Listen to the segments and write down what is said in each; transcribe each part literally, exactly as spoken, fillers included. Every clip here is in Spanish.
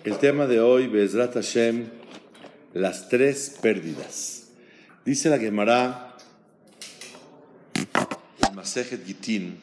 El tema de hoy, Be'ezrat Hashem, las tres pérdidas. Dice la Gemara, en Masejet Gitin,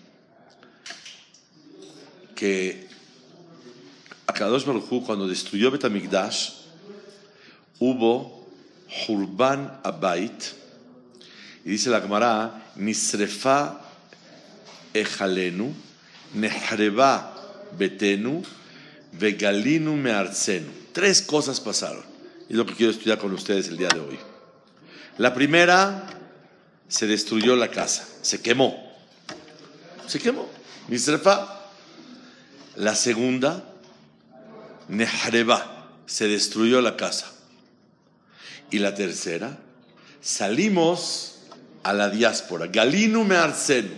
que Akadosh Baruj Hu, cuando destruyó Bet HaMikdash, hubo Hurban Abayit, y dice la Gemara, Nisrefa Echalenu, Nehreba Betenu, Vegalinu Mearzenu. Tres cosas pasaron. Es lo que quiero estudiar con ustedes el día de hoy. La primera, se destruyó la casa, se quemó. Se quemó. Nisrefa. La segunda, Nehreba, se destruyó la casa. Y la tercera, salimos a la diáspora. Galinu Mearzenu.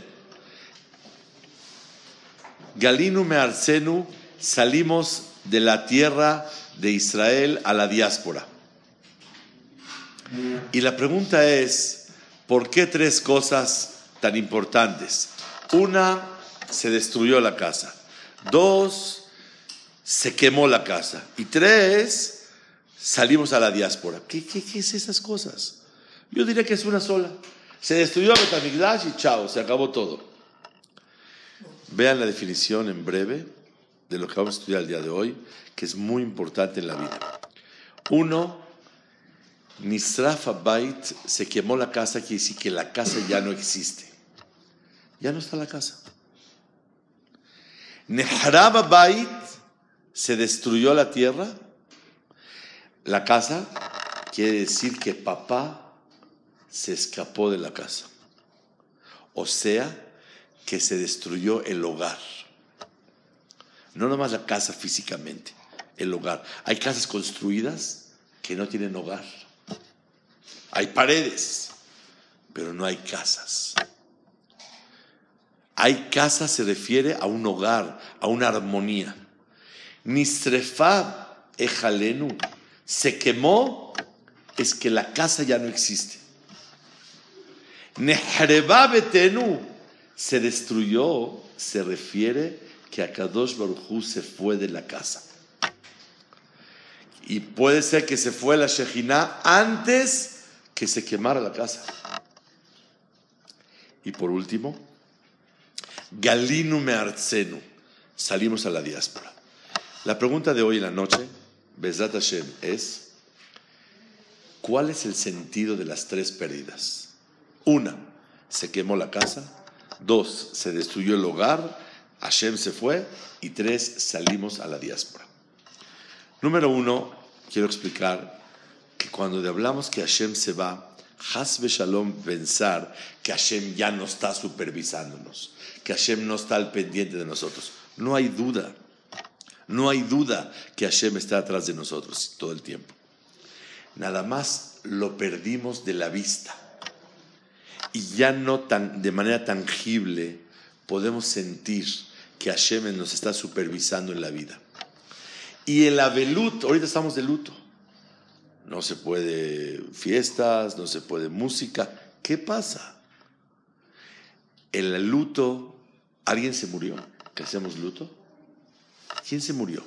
Galinu Mearzenu. Salimos de la tierra de Israel a la diáspora. Y la pregunta es, ¿por qué tres cosas tan importantes? Una, se destruyó la casa. Dos, se quemó la casa. Y tres, salimos a la diáspora. ¿Qué, qué, qué es esas cosas? Yo diría que es una sola. Se destruyó Bet HaMikdash y chao, se acabó todo. Vean la definición en breve de lo que vamos a estudiar el día de hoy, que es muy importante en la vida. Uno, Nisraf Abayit, se quemó la casa, quiere decir que la casa ya no existe. Ya no está la casa. Nehrab Abayit, se destruyó la tierra. La casa quiere decir que papá se escapó de la casa. O sea, que se destruyó el hogar. No nomás la casa físicamente, el hogar. Hay casas construidas que no tienen hogar. Hay paredes, pero no hay casas. Hay casas, se refiere a un hogar, a una armonía. Nisrefa Echalenu, se quemó, es que la casa ya no existe. Nehreba Betenu, se destruyó, se refiere que Akadosh Baruj Hu se fue de la casa. Y puede ser que se fue la Shejinah antes que se quemara la casa. Y por último, Galinu Mearzenu, salimos a la diáspora. La pregunta de hoy en la noche, Be'ezrat Hashem, es: ¿cuál es el sentido de las tres pérdidas? Una, se quemó la casa. Dos, se destruyó el hogar. Hashem se fue. Y tres, salimos a la diáspora. Número uno, quiero explicar que cuando hablamos que Hashem se va, Haz Shalom, pensar que Hashem ya no está supervisándonos, que Hashem no está al pendiente de nosotros. No hay duda, no hay duda que Hashem está atrás de nosotros todo el tiempo. Nada más lo perdimos de la vista. Y ya no tan, de manera tangible podemos sentir que Hashem nos está supervisando en la vida. Y el abelut, ahorita estamos de luto. No se puede fiestas, no se puede música. ¿Qué pasa? El luto, ¿alguien se murió? ¿Que hacemos luto? ¿Quién se murió?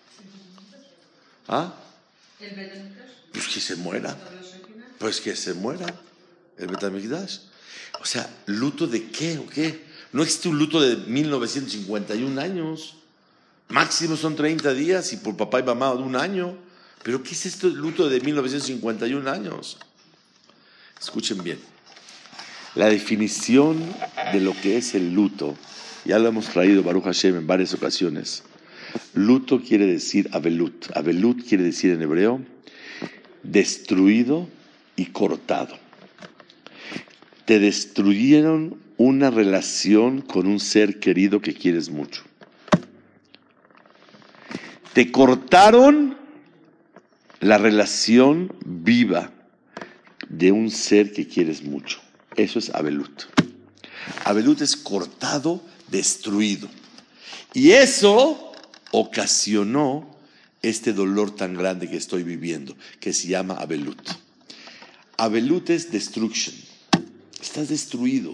¿Ah? Pues que se muera. Pues que se muera. El Bet HaMikdash. O sea, ¿luto de qué o qué? No existe un luto de mil novecientos cincuenta y un años. Máximo son treinta días y por papá y mamá de un año. ¿Pero qué es esto del luto de mil novecientos cincuenta y un años? Escuchen bien. La definición de lo que es el luto, ya lo hemos traído Baruch Hashem en varias ocasiones. Luto quiere decir abelut. Abelut quiere decir en hebreo destruido y cortado. Te destruyeron una relación con un ser querido que quieres mucho. Te cortaron la relación viva de un ser que quieres mucho. Eso es abelut. Abelut es cortado, destruido. Y eso ocasionó este dolor tan grande que estoy viviendo, que se llama abelut. Abelut es destruction. Estás destruido.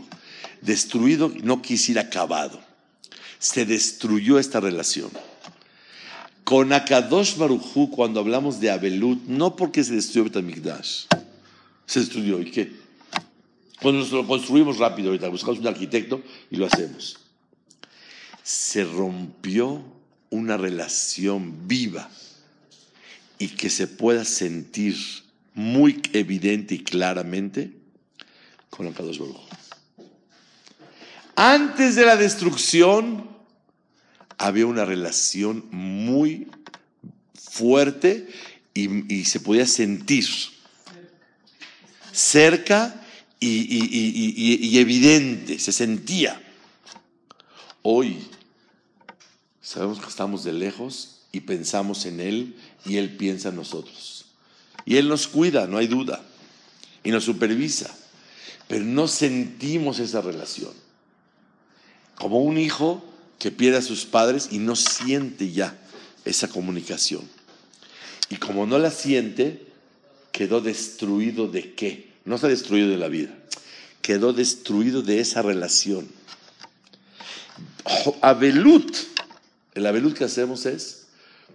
Destruido no quisiera acabado. Se destruyó esta relación. Con Akadosh Baruj Hu, cuando hablamos de Abelut, no porque se destruyó Bet HaMikdash. Se destruyó, ¿y qué? Cuando lo construimos rápido, ahorita buscamos un arquitecto y lo hacemos. Se rompió una relación viva y que se pueda sentir muy evidente y claramente con Akadosh Baruj Hu. Antes de la destrucción había una relación muy fuerte y, y se podía sentir cerca y, y, y, y, y evidente, se sentía. Hoy sabemos que estamos de lejos y pensamos en Él y Él piensa en nosotros. Y Él nos cuida, no hay duda, y nos supervisa, pero no sentimos esa relación. Como un hijo que pierde a sus padres y no siente ya esa comunicación. Y como no la siente, quedó destruido ¿de qué? No está destruido de la vida, quedó destruido de esa relación. Abelut, el abelut que hacemos es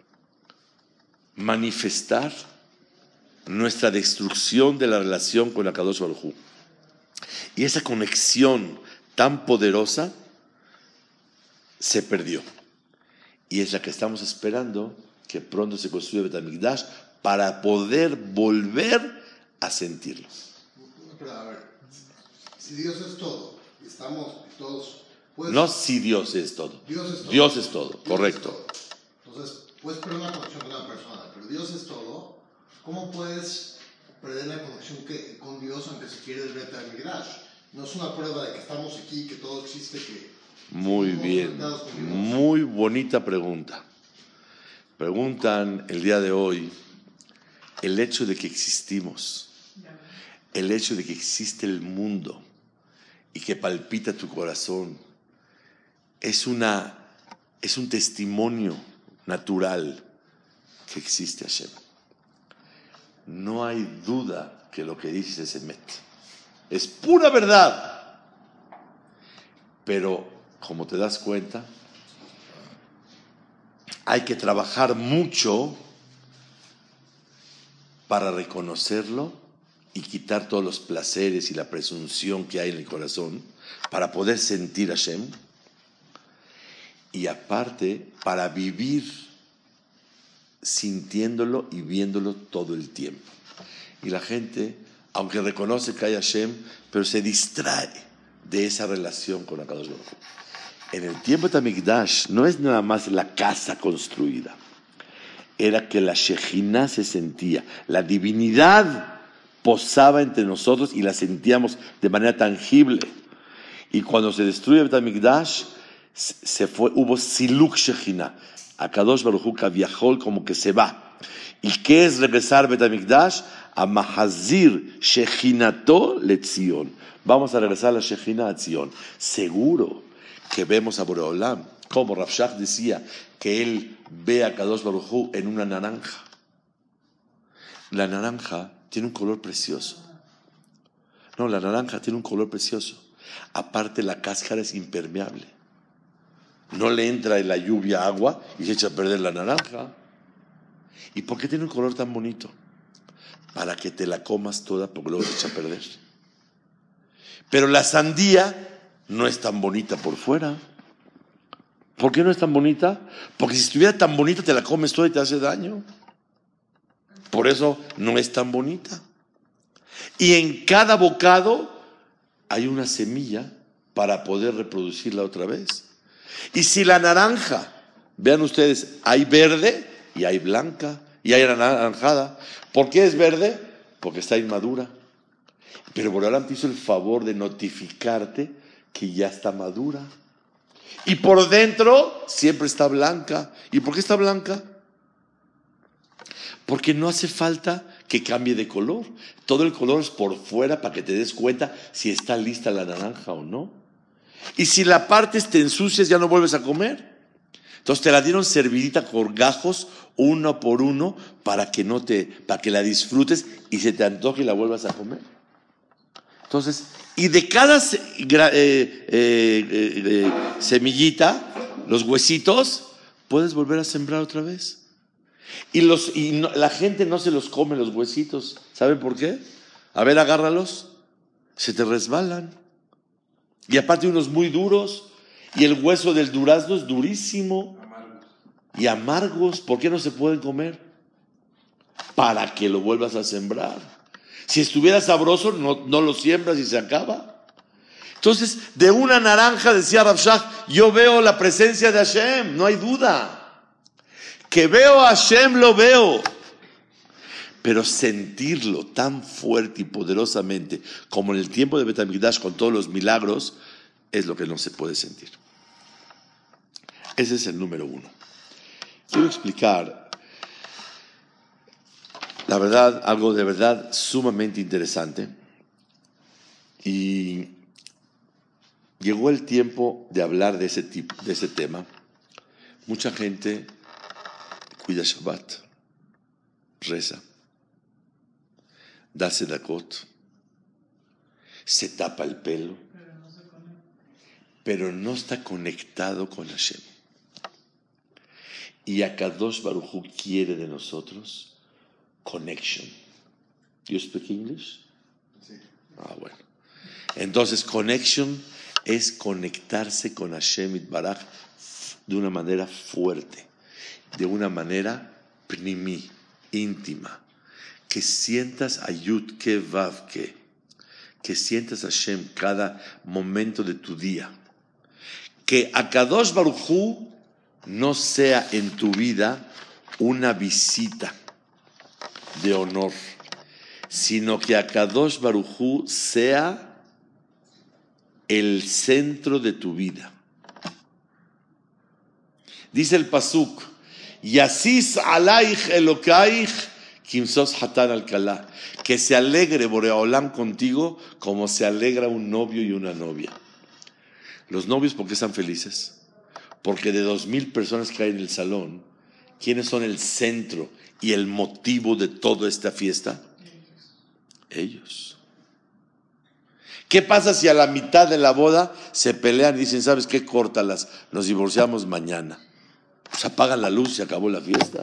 manifestar nuestra destrucción de la relación con Akadosh Baruj Hu. Y esa conexión tan poderosa se perdió. Y es la que estamos esperando que pronto se construya Bet HaMikdash para poder volver a sentirlo. Pero a ver, si Dios es todo, y estamos todos... Pues, no si Dios es todo. Dios es todo. Dios es todo, Dios correcto. Es todo. Entonces, puedes perder una conexión con una persona, pero Dios es todo. ¿Cómo puedes perder la conexión que, con Dios aunque se quiere el Bet HaMikdash? No es una prueba de que estamos aquí, que todo existe, que... Muy bien, muy bonita pregunta. Preguntan el día de hoy el hecho de que existimos, el hecho de que existe el mundo y que palpita tu corazón, es, una, es un testimonio natural que existe Hashem. No hay duda que lo que dice se mete. Es pura verdad. Pero como te das cuenta, hay que trabajar mucho para reconocerlo y quitar todos los placeres y la presunción que hay en el corazón para poder sentir a Hashem, y aparte para vivir sintiéndolo y viéndolo todo el tiempo. Y la gente, aunque reconoce que hay Hashem, pero se distrae de esa relación con Akadosh Baruj Hu. En el tiempo de HaMikdash no es nada más la casa construida, era que la Shejina se sentía, la divinidad posaba entre nosotros y la sentíamos de manera tangible. Y cuando se destruye el HaMikdash, se fue, hubo Siluk Shejina, Akadosh Baruj Hu Kaviahol, como que se va. ¿Y qué es regresar Bet HaMikdash? A Mahazir Shejinato Letzion. Vamos a regresar a la Shejina a Tzion. Seguro que vemos a Boreolam, como Rav Shach decía, que él ve a Kadosh Baruj Hu en una naranja. La naranja tiene un color precioso. No, la naranja tiene un color precioso. Aparte, la cáscara es impermeable. No le entra en la lluvia agua y se echa a perder la naranja. ¿Y por qué tiene un color tan bonito? Para que te la comas toda, porque luego se echa a perder. Pero la sandía no es tan bonita por fuera. ¿Por qué no es tan bonita? Porque si estuviera tan bonita te la comes toda y te hace daño. Por eso no es tan bonita. Y en cada bocado hay una semilla para poder reproducirla otra vez. Y si la naranja, vean ustedes, hay verde y hay blanca y hay anaranjada. ¿Por qué es verde? Porque está inmadura. Pero Boreolam te hizo el favor de notificarte que ya está madura. Y por dentro siempre está blanca. ¿Y por qué está blanca? Porque no hace falta que cambie de color. Todo el color es por fuera para que te des cuenta si está lista la naranja o no. Y si la partes, te ensucias, ya no vuelves a comer. Entonces te la dieron servidita con gajos, uno por uno, para que no te, para que la disfrutes y se te antoje y la vuelvas a comer. Entonces, y de cada eh, eh, eh, eh, semillita, los huesitos, puedes volver a sembrar otra vez. Y, los, y no, la gente no se los come los huesitos. ¿Saben por qué? A ver, agárralos. Se te resbalan. Y aparte unos muy duros. Y el hueso del durazno es durísimo. Amargos. Y amargos. ¿Por qué no se pueden comer? Para que lo vuelvas a sembrar. Si estuviera sabroso, no, no lo siembras y se acaba. Entonces, de una naranja, decía Rav Shach, yo veo la presencia de Hashem, no hay duda. Que veo a Hashem, lo veo. Pero sentirlo tan fuerte y poderosamente como en el tiempo de Bet HaMikdash con todos los milagros, es lo que no se puede sentir. Ese es el número uno. Quiero explicar, la verdad, algo de verdad sumamente interesante. Y llegó el tiempo de hablar de ese tipo, de ese tema. Mucha gente cuida Shabbat, reza, da sedakot, se tapa el pelo, pero no está conectado con Hashem. Y Akadosh Baruj Hu quiere de nosotros connection. You speak English? Sí. Ah, bueno. Entonces, connection es conectarse con Hashem Yitbaraj de una manera fuerte, de una manera pnimi, íntima, que sientas a Yud Ke Vav Ke, que sientas a Hashem cada momento de tu día, que Akadosh Baruj Hu no sea en tu vida una visita de honor, sino que Akadosh Baruj Hu sea el centro de tu vida. Dice el pasuk, Yasis alaich elokaich kimsos hatan al-kala, que se alegre Boreolam contigo como se alegra un novio y una novia. Los novios, ¿por qué están felices? Porque de dos mil personas que hay en el salón, ¿quiénes son el centro y el motivo de toda esta fiesta? Ellos. ¿Qué pasa si a la mitad de la boda se pelean y dicen, ¿sabes qué? Córtalas, nos divorciamos mañana? Pues apagan la luz y se acabó la fiesta.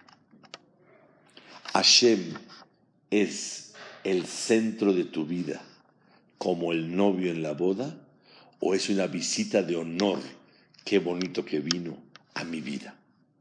Hashem es el centro de tu vida, como el novio en la boda, o es una visita de honor. Qué bonito que vino a mi vida.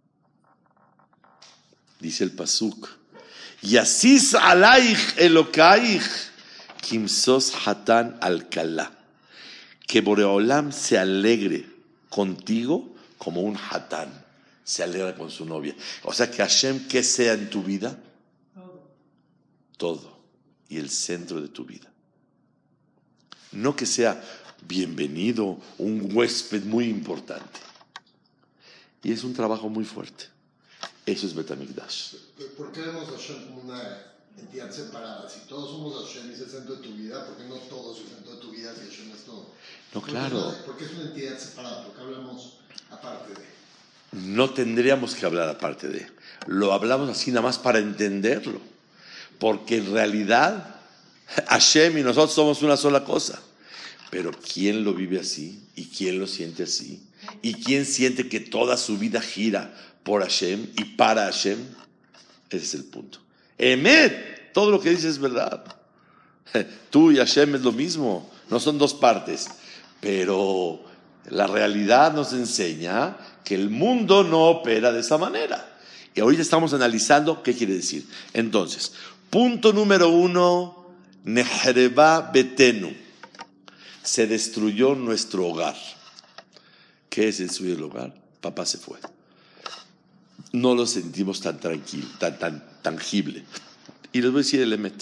Dice el pasuk, Yasis alaich elokaich kimsos hatan al-kala, que Boreolam se alegre contigo como un hatán se alegra con su novia. O sea que Hashem, ¿qué sea en tu vida? Todo. Todo. Y el centro de tu vida. No que sea bienvenido, un huésped muy importante. Y es un trabajo muy fuerte. Eso es Bet HaMikdash. ¿Por qué vemos a Hashem como una entidad separada? Si todos somos Hashem y es el centro de tu vida, ¿por qué no todos es el centro de tu vida si Hashem es todo? No, claro. ¿Por qué es una entidad separada? ¿Por qué hablamos aparte de? No tendríamos que hablar aparte de. Lo hablamos así nada más para entenderlo. Porque en realidad Hashem y nosotros somos una sola cosa. Pero ¿quién lo vive así? ¿Y quién lo siente así? ¿Y quién siente que toda su vida gira por Hashem y para Hashem? Ese es el punto. Emet, todo lo que dices es verdad. Tú y Hashem es lo mismo. No son dos partes. Pero la realidad nos enseña que el mundo no opera de esa manera. Y ahorita estamos analizando qué quiere decir. Entonces, punto número uno, Nehreba Betenu. Se destruyó nuestro hogar. ¿Qué es destruir el hogar? Papá se fue. No lo sentimos tan tranquilo, tan, tan tangible. Y les voy a decir el emet.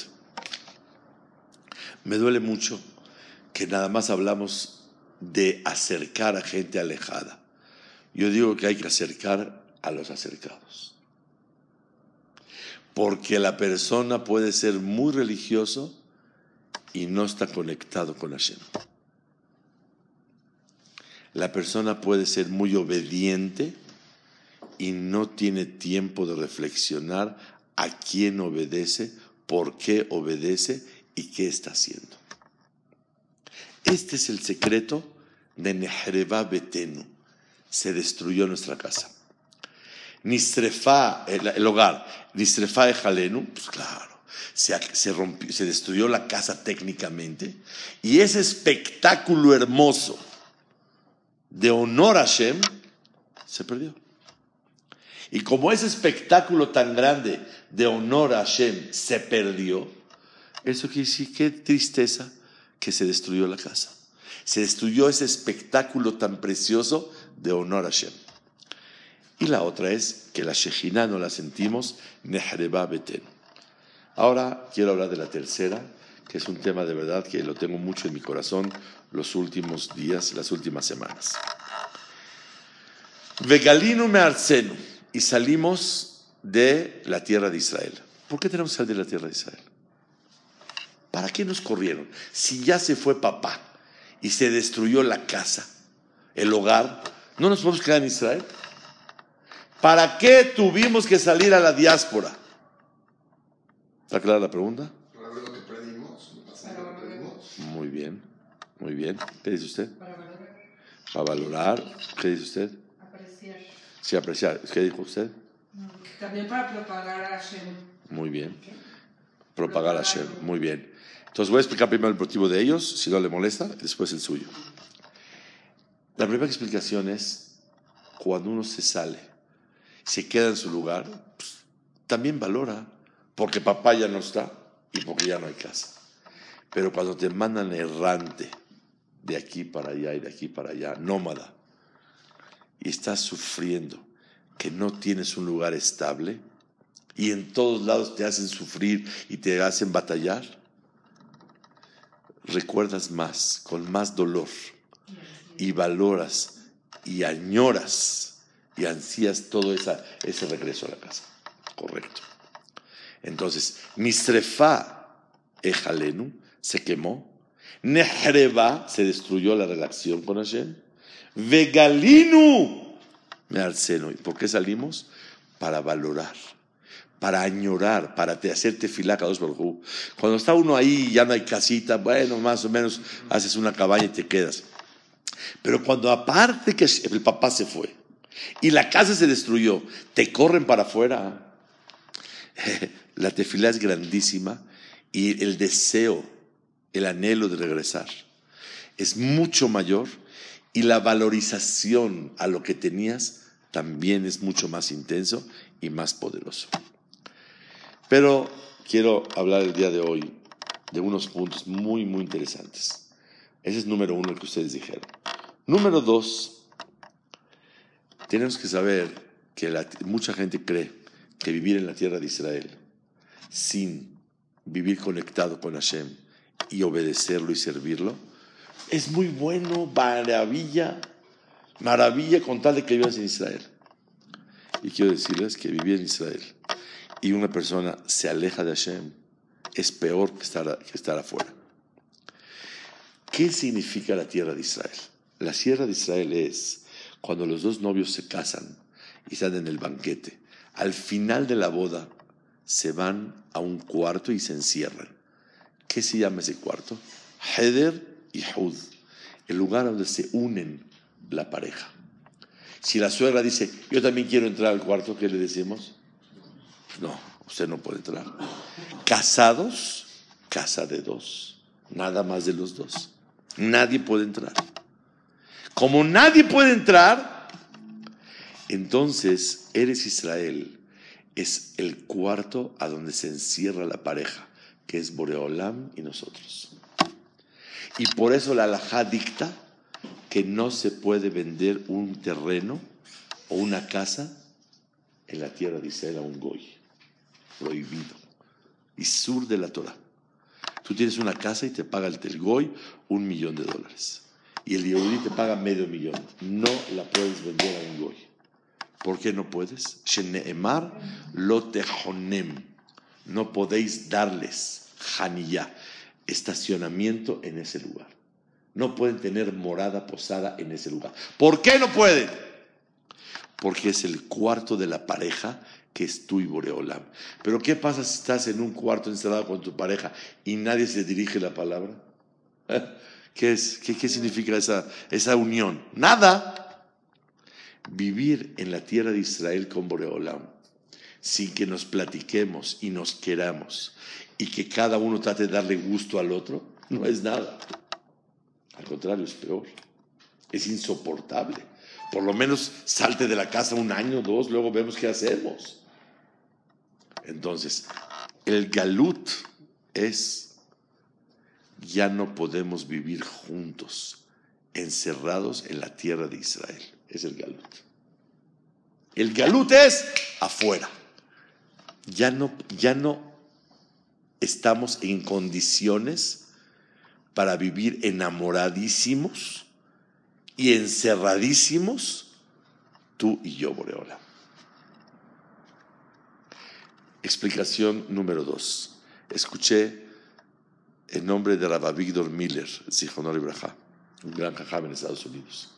Me duele mucho que nada más hablamos de acercar a gente alejada. Yo digo que hay que acercar a los acercados. Porque la persona puede ser muy religioso y no está conectado con Hashem. La persona puede ser muy obediente y no tiene tiempo de reflexionar a quién obedece, por qué obedece y qué está haciendo. Este es el secreto de Nehreba Betenu. Se destruyó nuestra casa. Nisrefa, el, el hogar, Nisrefa Ejalenu, pues claro, se, se rompió, se destruyó la casa técnicamente, y ese espectáculo hermoso de honor a Hashem se perdió. Y como ese espectáculo tan grande de honor a Hashem se perdió, eso quiere decir, qué tristeza que se destruyó la casa. Se destruyó ese espectáculo tan precioso de honor a Hashem. Y la otra es que la Shejina no la sentimos, Nehreba Beten. Ahora quiero hablar de la tercera, que es un tema de verdad que lo tengo mucho en mi corazón los últimos días, las últimas semanas. Vegalinu me'arzenu, y salimos de la tierra de Israel. ¿Por qué tenemos que salir de la tierra de Israel? ¿Para qué nos corrieron? Si ya se fue papá y se destruyó la casa, el hogar, ¿no nos podemos quedar en Israel? ¿Para qué tuvimos que salir a la diáspora? ¿Está clara la pregunta? Para ver lo que perdimos. Lo que perdimos. Muy bien, muy bien. ¿Qué dice usted? Para valorar. Para valorar. ¿Qué dice usted? Apreciar. Sí, apreciar. ¿Qué dijo usted? También para propagar a Hashem. Muy bien. Propagar a Hashem. Muy bien. Entonces voy a explicar primero el motivo de ellos, si no le molesta, y después el suyo. La primera explicación es, cuando uno se sale, se queda en su lugar, pues, también valora, porque papá ya no está y porque ya no hay casa. Pero cuando te mandan errante, de aquí para allá y de aquí para allá, nómada, y estás sufriendo que no tienes un lugar estable, y en todos lados te hacen sufrir y te hacen batallar, recuerdas más, con más dolor, y valoras y añoras y ansías todo esa, ese regreso a la casa. Correcto. Entonces, Misrefa Ejalenu se quemó, Nehreba se destruyó la relación con Hashem, Vegalinu Me'arzenu. ¿Y por qué salimos? Para valorar, para añorar, para te hacerte filá Kadosh Baruj Hu. Cuando está uno ahí y ya no hay casita, bueno, más o menos haces una cabaña y te quedas. Pero cuando aparte que el papá se fue y la casa se destruyó, te corren para afuera, la tefilá es grandísima y el deseo, el anhelo de regresar es mucho mayor, y la valorización a lo que tenías también es mucho más intenso y más poderoso. Pero quiero hablar el día de hoy de unos puntos muy, muy interesantes. Ese es número uno, el que ustedes dijeron. Número dos, tenemos que saber que la, mucha gente cree que vivir en la tierra de Israel sin vivir conectado con Hashem y obedecerlo y servirlo es muy bueno, maravilla, maravilla con tal de que vivas en Israel. Y quiero decirles que vivir en Israel y una persona se aleja de Hashem es peor que estar, que estar afuera. ¿Qué significa la tierra de Israel? La tierra de Israel es cuando los dos novios se casan y están en el banquete. Al final de la boda se van a un cuarto y se encierran. ¿Qué se llama ese cuarto? Heder y Hud, el lugar donde se unen la pareja. Si la suegra dice, yo también quiero entrar al cuarto, ¿qué le decimos? No, usted no puede entrar. Casados, casa de dos, nada más de los dos. Nadie puede entrar. Como nadie puede entrar, entonces Eretz Israel es el cuarto a donde se encierra la pareja, que es Boreolam y nosotros. Y por eso la halajá dicta que no se puede vender un terreno o una casa en la tierra de Israel a un goy. Prohibido. Y sur de la Torah. Tú tienes una casa y te paga el, el goy un millón de dólares. Y el yehudí te paga medio millón. No la puedes vender a un goy. ¿Por qué no puedes? Shene'emar lo tejonem. No podéis darles janiyá, estacionamiento en ese lugar. No pueden tener morada, posada en ese lugar. ¿Por qué no pueden? Porque es el cuarto de la pareja que es tú y Boreolam. Pero ¿qué pasa si estás en un cuarto encerrado con tu pareja y nadie se dirige la palabra? ¿Qué es? ¿Qué, qué significa esa, esa unión? Nada. vivir en la tierra de Israel con Boreolam, sin que nos platiquemos y nos queramos, y que cada uno trate de darle gusto al otro, no es nada. Al contrario, es peor. Es insoportable. Por lo menos salte de la casa un año, dos, luego vemos qué hacemos. Entonces, el galut es, ya no podemos vivir juntos, encerrados en la tierra de Israel. Es el galut. El galut es afuera. Ya no, ya no estamos en condiciones para vivir enamoradísimos y encerradísimos, tú y yo, Boreolam. Explicación número dos. Escuché el nombre de Rabbi Víctor Miller, Zichrono Libraja, un gran jajam en Estados Unidos.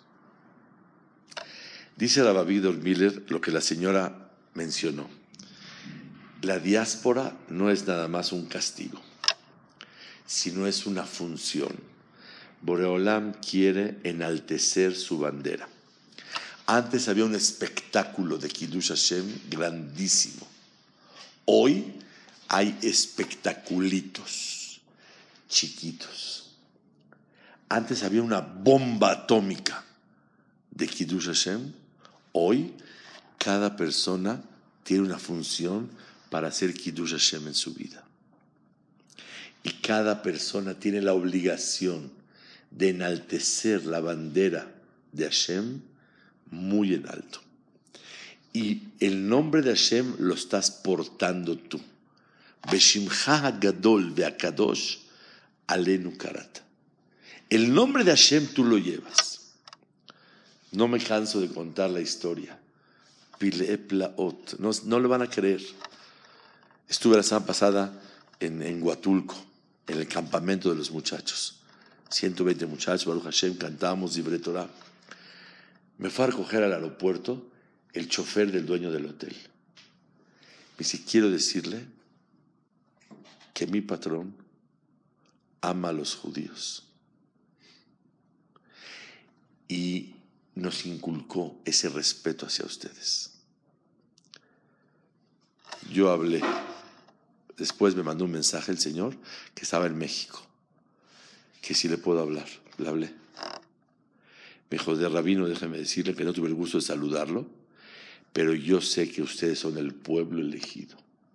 Dice Rabbi Víctor Miller lo que la señora mencionó. La diáspora no es nada más un castigo, sino es una función. Boreolam quiere enaltecer su bandera. Antes había un espectáculo de Kiddush Hashem grandísimo. Hoy hay espectaculitos chiquitos. Antes había una bomba atómica de Kiddush Hashem. Hoy cada persona tiene una función para hacer Kiddush Hashem en su vida. Y cada persona tiene la obligación de enaltecer la bandera de Hashem muy en alto. Y el nombre de Hashem lo estás portando tú. Beshimcha Hagadol ve'akadosh alenu karat. El nombre de Hashem tú lo llevas. No me canso de contar la historia. Pilei Plaot. No, no le van a creer. Estuve la semana pasada en, en Huatulco, en el campamento de los muchachos. ciento veinte muchachos, Baruch Hashem, cantamos Divrei Torah. Me fue a recoger al aeropuerto el chofer del dueño del hotel. Me dice, quiero decirle que mi patrón ama a los judíos. Y nos inculcó ese respeto hacia ustedes. Yo hablé. Después me mandó un mensaje el señor que estaba en México, que si le puedo hablar. Le hablé. Me dijo, de rabino, déjeme decirle que no tuve el gusto de saludarlo, pero yo sé que ustedes son el pueblo elegido.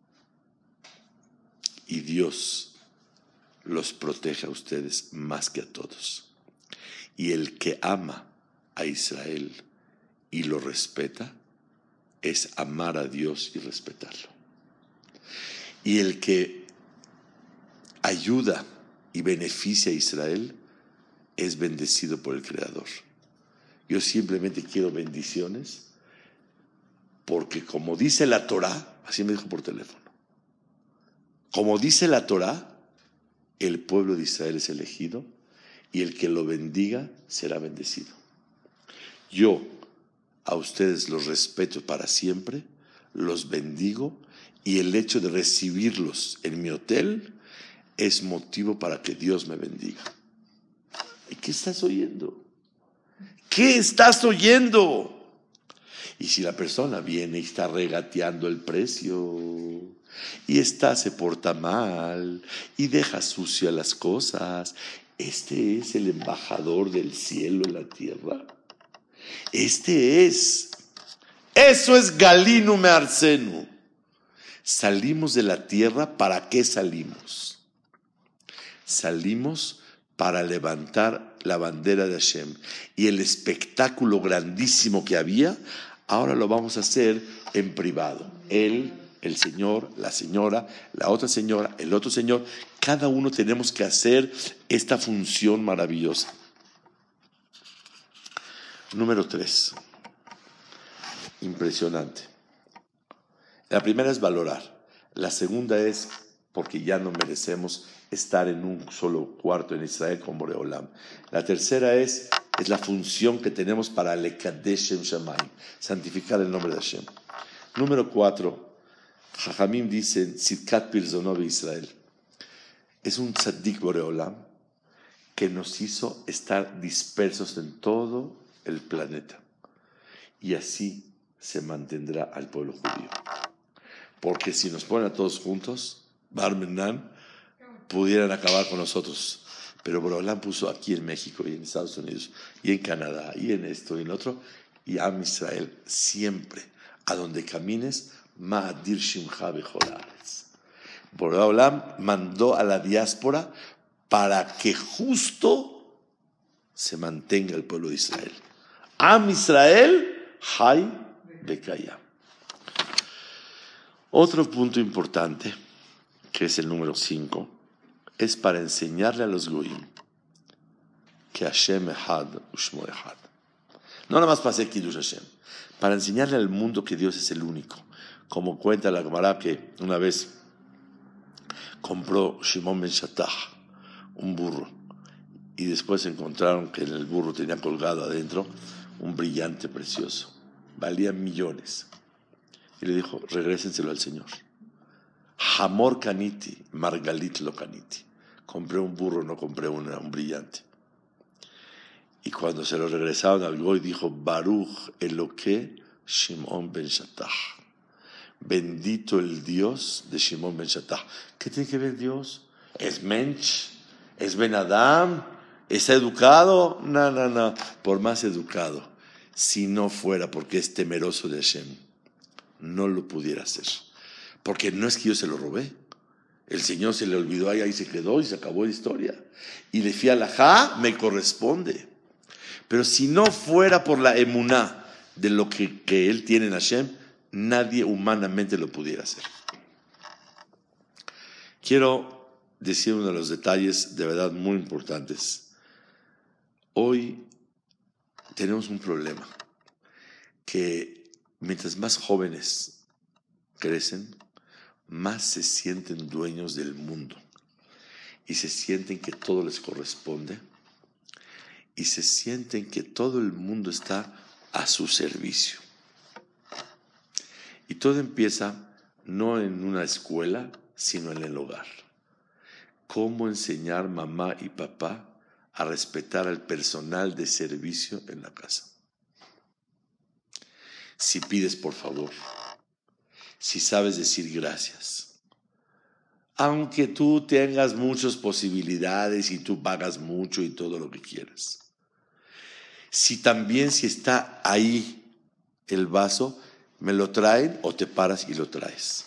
Y Dios los protege a ustedes más que a todos. Y el que ama a Israel y lo respeta, es amar a Dios y respetarlo. Y el que ayuda y beneficia a Israel es bendecido por el Creador. Yo simplemente quiero bendiciones porque como dice la Torá, así me dijo por teléfono, como dice la Torá, el pueblo de Israel es elegido y el que lo bendiga será bendecido. Yo a ustedes los respeto para siempre, los bendigo y el hecho de recibirlos en mi hotel es motivo para que Dios me bendiga. ¿Y qué estás oyendo? ¿Qué estás oyendo? Y si la persona viene y está regateando el precio y está, se porta mal y deja sucia las cosas, este es el embajador del cielo en la tierra. Este es, eso es Galinu Me'arzenu. Salimos de la tierra, ¿para qué salimos? Salimos para levantar la bandera de Hashem. Y el espectáculo grandísimo que había, ahora lo vamos a hacer en privado. Él, el señor, la señora, la otra señora, el otro señor. Cada uno tenemos que hacer esta función maravillosa. Número tres. Impresionante. La primera es valorar. La segunda es porque ya no merecemos estar en un solo cuarto en Israel con Boreolam. La tercera es, es la función que tenemos para Lekadesh Shem Shamayim, santificar el nombre de Hashem. Número cuatro, Jajamim dicen, Tzidkat Pirzonov Israel. Es un tzaddik Boreolam que nos hizo estar dispersos en todo el planeta. y así se mantendrá al pueblo judío. Porque si nos ponen a todos juntos, Barmenan, pudieran acabar con nosotros. Pero Borolam puso aquí en México y en Estados Unidos y en Canadá y en esto y en otro, y Am Israel siempre, a donde camines, Ma'adir Shimcha Bechol Haaretz. Borolam mandó a la diáspora para que justo se mantenga el pueblo de Israel. Am Israel, Hay Bekayam. Otro punto importante, que es el número cinco, es para enseñarle a los goyim que Hashem Echad Ushmo Echad. No nada más para hacer Kiddush Hashem, para enseñarle al mundo que Dios es el único. Como cuenta la Gemara que una vez compró Shimon ben Shattach un burro y después encontraron que en el burro tenía colgado adentro un brillante precioso. Valía millones. Y le dijo, regrésenselo al Señor. Hamor kaniti, margalit lo kaniti. Compré un burro, no compré una, un brillante. Y cuando se lo regresaron al goy, dijo, Baruch Eloque Shimon ben Shattach. Bendito el Dios de Shimon ben Shattach. ¿Qué tiene que ver Dios? ¿Es mensch? ¿Es Ben Adam? ¿Está educado? No, no, no. Por más educado, si no fuera porque es temeroso de Hashem, no lo pudiera hacer. Porque no es que yo se lo robé. El Señor se le olvidó ahí, ahí se quedó y se acabó la historia. Y le fui a la ja, me corresponde. Pero si no fuera por la emuná de lo que, que Él tiene en Hashem, nadie humanamente lo pudiera hacer. Quiero decir uno de los detalles de verdad muy importantes. Hoy tenemos un problema, que mientras más jóvenes crecen, más se sienten dueños del mundo y se sienten que todo les corresponde y se sienten que todo el mundo está a su servicio. Y todo empieza no en una escuela, sino en el hogar. ¿Cómo enseñar mamá y papá a respetar al personal de servicio en la casa? Si pides por favor, si sabes decir gracias, aunque tú tengas muchas posibilidades y tú pagas mucho y todo lo que quieras. Si también si está ahí el vaso, me lo traen o te paras y lo traes.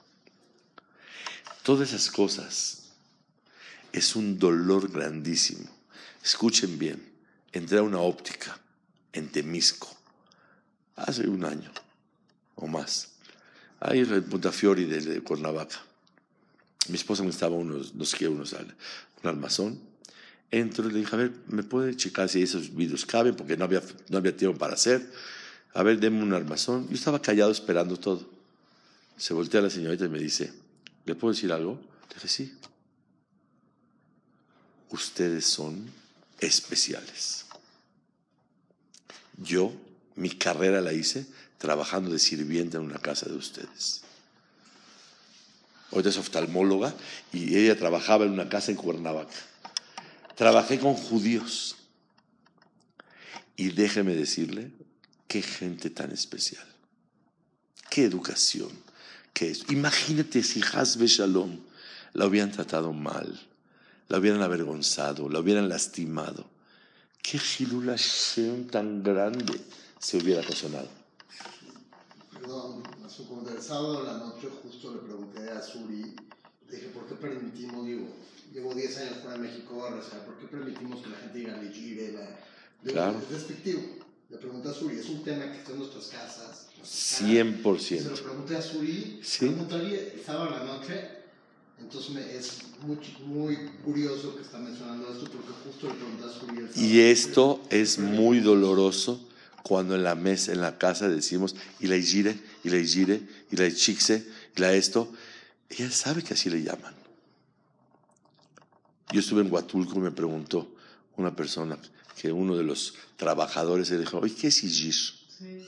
Todas esas cosas es un dolor grandísimo. Escuchen bien, entré a una óptica en Temisco hace un año o más, ahí en Punta Fiori de, de Cuernavaca. Mi esposa me estaba unos, no sé qué, unos, un armazón. Entro y le dije, a ver, ¿me puede checar si esos vidrios caben? Porque no había, no había tiempo para hacer. A ver, denme un armazón. Yo estaba callado esperando todo. Se voltea la señorita y me dice, ¿le puedo decir algo? Le dije, sí. Ustedes son especiales. Yo, mi carrera la hice trabajando de sirvienta en una casa de ustedes. Ahorita es oftalmóloga y ella trabajaba en una casa en Cuernavaca. Trabajé con judíos. Y déjeme decirle, qué gente tan especial. Qué educación. Qué es. Imagínate si Hasbe Shalom la hubieran tratado mal, la hubieran avergonzado, la hubieran lastimado. Qué Hilul Hashem tan grande se hubiera ocasionado. Perdón, como del sábado a la noche justo le pregunté a Suri, le dije, ¿por qué permitimos, digo, llevo diez años fuera de México, o sea, ¿por qué permitimos que la gente diga Legire? Claro. Es despectivo. Le pregunté a Suri, es un tema que está en nuestras casas. cien por ciento. Se lo pregunté a Suri, ¿sí? Preguntaría el sábado a la noche, entonces me, es muy, muy curioso que está mencionando esto, porque justo le pregunté a Suri el sábado. Y esto es muy doloroso cuando en la mesa, en la casa decimos, y la Igire, y la Igire, y la Ichikse, y la esto. Ella sabe que así le llaman. Yo estuve en Huatulco y me preguntó una persona, que uno de los trabajadores le dijo, oye, ¿qué es Igir? Sí.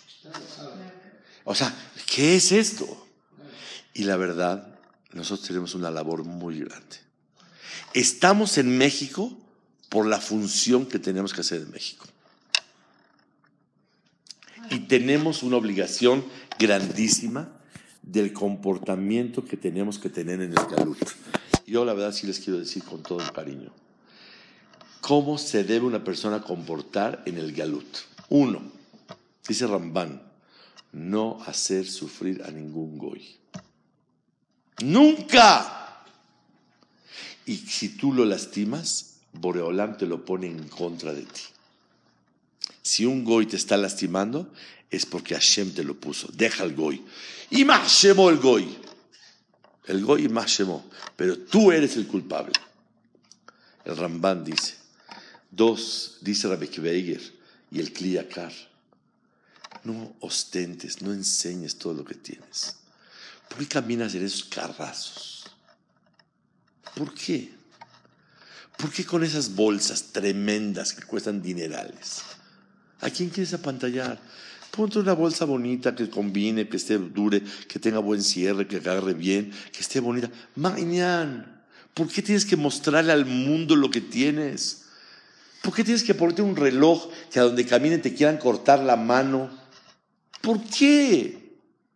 O sea, ¿qué es esto? Y la verdad, nosotros tenemos una labor muy grande. Estamos en México por la función que tenemos que hacer en México. Y tenemos una obligación grandísima del comportamiento que tenemos que tener en el galut. Yo la verdad sí les quiero decir con todo el cariño. ¿Cómo se debe una persona comportar en el galut? Uno, dice Ramban, no hacer sufrir a ningún goy. ¡Nunca! Y si tú lo lastimas, Boreolam te lo pone en contra de ti. Si un goy te está lastimando, es porque Hashem te lo puso. Deja al goy. Y más shemó el goy. El goy y más shemó. Pero tú eres el culpable. El Ramban dice. Dos, dice Rabbi Akiva Eiger y el Kli Yakar. No ostentes, no enseñes todo lo que tienes. ¿Por qué caminas en esos carrazos? ¿Por qué? ¿Por qué con esas bolsas tremendas que cuestan dinerales? ¿A quién quieres apantallar? Ponte una bolsa bonita que combine, que esté dure, que tenga buen cierre, que agarre bien, que esté bonita. Mañana, ¿por qué tienes que mostrarle al mundo lo que tienes? ¿Por qué tienes que ponerte un reloj que a donde caminen te quieran cortar la mano? ¿Por qué?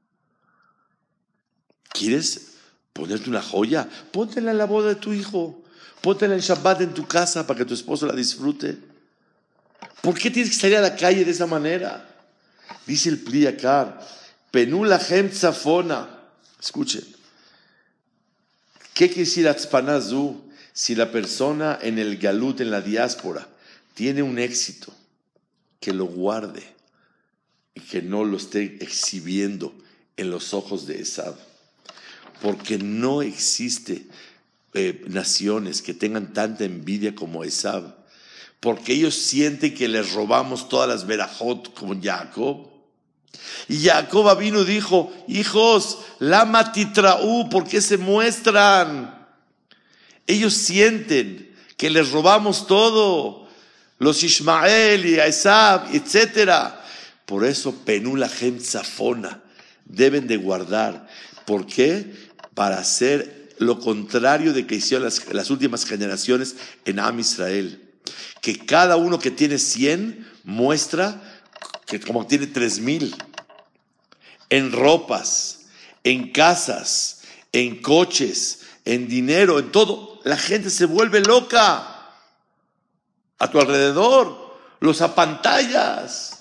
¿Quieres ponerte una joya? Póntela en la boda de tu hijo. Póntela en Shabbat en tu casa para que tu esposo la disfrute. ¿Por qué tienes que salir a la calle de esa manera? Dice el Kli Yakar, Penú lahem tzafona. Escuchen. ¿Qué quiere decir atzpanazu? Si la persona en el galut, en la diáspora, tiene un éxito, que lo guarde y que no lo esté exhibiendo en los ojos de Esab. Porque no existe eh, naciones que tengan tanta envidia como Esab. Porque ellos sienten que les robamos todas las verajot como Jacob. Y Jacob vino y dijo, hijos, lama titraú, ¿por qué se muestran? Ellos sienten que les robamos todo, los Ishmael y Esab, etcétera. Por eso Penú lahem tzafona, deben de guardar. ¿Por qué? Para hacer lo contrario de que hicieron las, las últimas generaciones en Am Israel. Que cada uno que tiene cien muestra que como tiene tres mil. En ropas, en casas, en coches, en dinero, en todo. La gente se vuelve loca. A tu alrededor, los apantallas.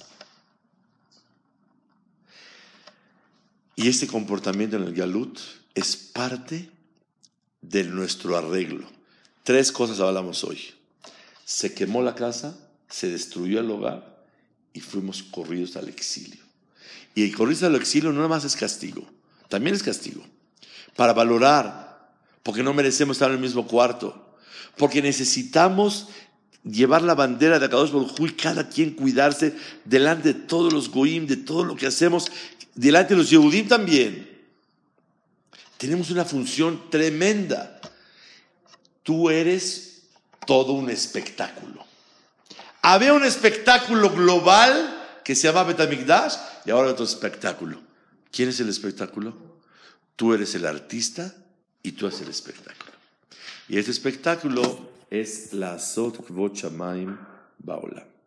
Y este comportamiento en el galut es parte de nuestro arreglo. Tres cosas hablamos hoy. Se quemó la casa, se destruyó el hogar y fuimos corridos al exilio. Y el corrido al exilio no nada más es castigo, también es castigo. Para valorar, porque no merecemos estar en el mismo cuarto, porque necesitamos llevar la bandera de Akadosh Baruj Hu y cada quien cuidarse delante de todos los goyim, de todo lo que hacemos, delante de los Yehudim también. Tenemos una función tremenda. Tú eres todo un espectáculo. Había un espectáculo global que se llama Bet HaMikdash y ahora otro espectáculo. ¿Quién es el espectáculo? Tú eres el artista y tú eres el espectáculo. Y este espectáculo es la Asot Kvod Shamayim Ba'olam.